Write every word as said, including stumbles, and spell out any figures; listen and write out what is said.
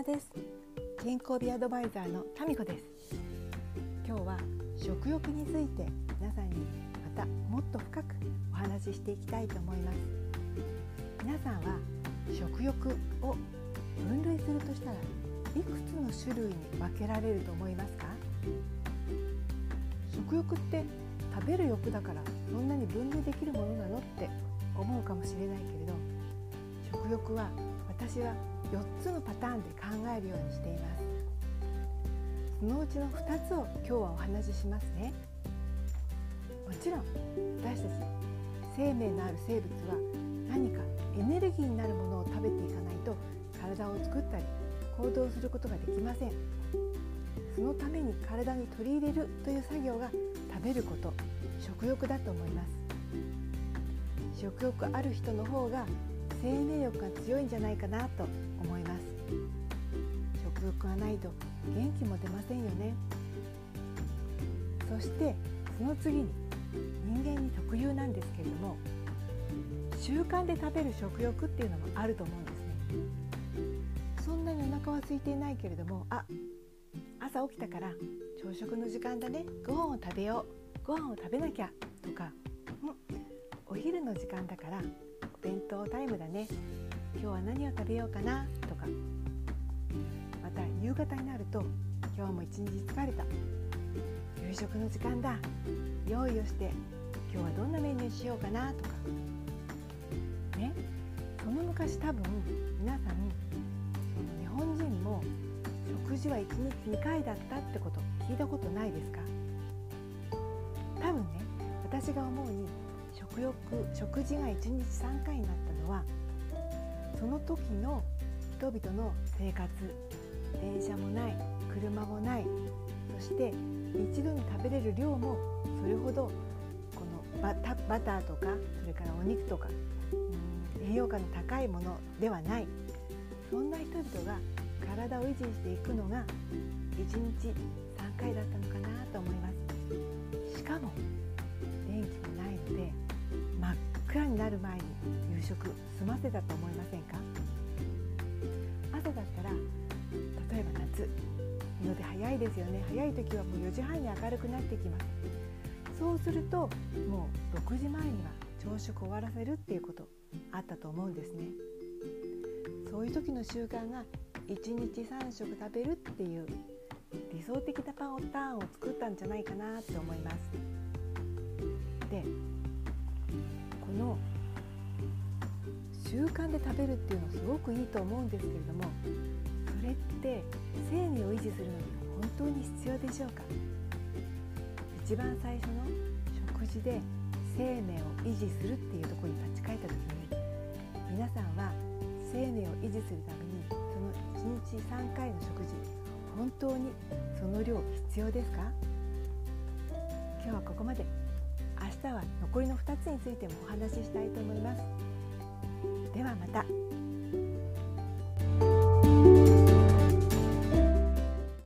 様です。健康美アドバイザーのタミコです。今日は食欲について皆さんにまたもっと深くお話ししていきたいと思います。皆さんは食欲を分類するとしたらいくつの種類に分けられると思いますか？食欲って食べる欲だからそんなに分類できるものなのって思うかもしれないけれど、食欲は私はよっつのパターンで考えるようにしています。そのうちのふたつを今日はお話ししますね。もちろん私たち生命のある生物は何かエネルギーになるものを食べていかないと体を作ったり行動することができません。そのために体に取り入れるという作業が食べること、食欲だと思います。食欲ある人の方が生命力が強いんじゃないかなと思います。食欲がないと元気も出ませんよね。そしてその次に人間に特有なんですけれども、習慣で食べる食欲っていうのもあると思うんですね。そんなにお腹は空いていないけれども、あ、朝起きたから朝食の時間だね、ご飯を食べよう、ご飯を食べなきゃとか、んお昼の時間だからお弁当タイムだね、今日は何を食べようかなとか、また夕方になると今日も一日疲れた、夕食の時間だ、用意をして今日はどんなメニューしようかなとかね。その昔多分皆さん、その日本人も食事はいちにちにかいだったってこと聞いたことないですか？多分ね、私が思うに食欲、食事がいちにちさんかいになったのは、その時の人々の生活、電車もない、車もない、そして一度に食べれる量もそれほどこのバタ、バターとかそれからお肉とか、うん、栄養価の高いものではない、そんな人々が体を維持していくのがいちにちさんかいだったのかなと思います。しかも電気もないので真っ暗になる前に夕食済ませたと思いませんか？朝だったら、例えば夏、日の出早いですよね。早い時はもうよじはんに明るくなってきます。そうするともうろくじまえには朝食終わらせるっていうことあったと思うんですね。そういう時の習慣がいちにちさんしょく食べるっていう理想的なパターンを作ったんじゃないかなって思います。で、この習慣で食べるっていうのすごくいいと思うんですけれども、それって生命を維持するのに本当に必要でしょうか？一番最初の食事で生命を維持するっていうところに立ち返った時に、皆さんは生命を維持するためにそのいちにちさんかいの食事、本当にその量必要ですか？今日はここまで。明日は残りのふたつについてもお話ししたいと思います。ではまた。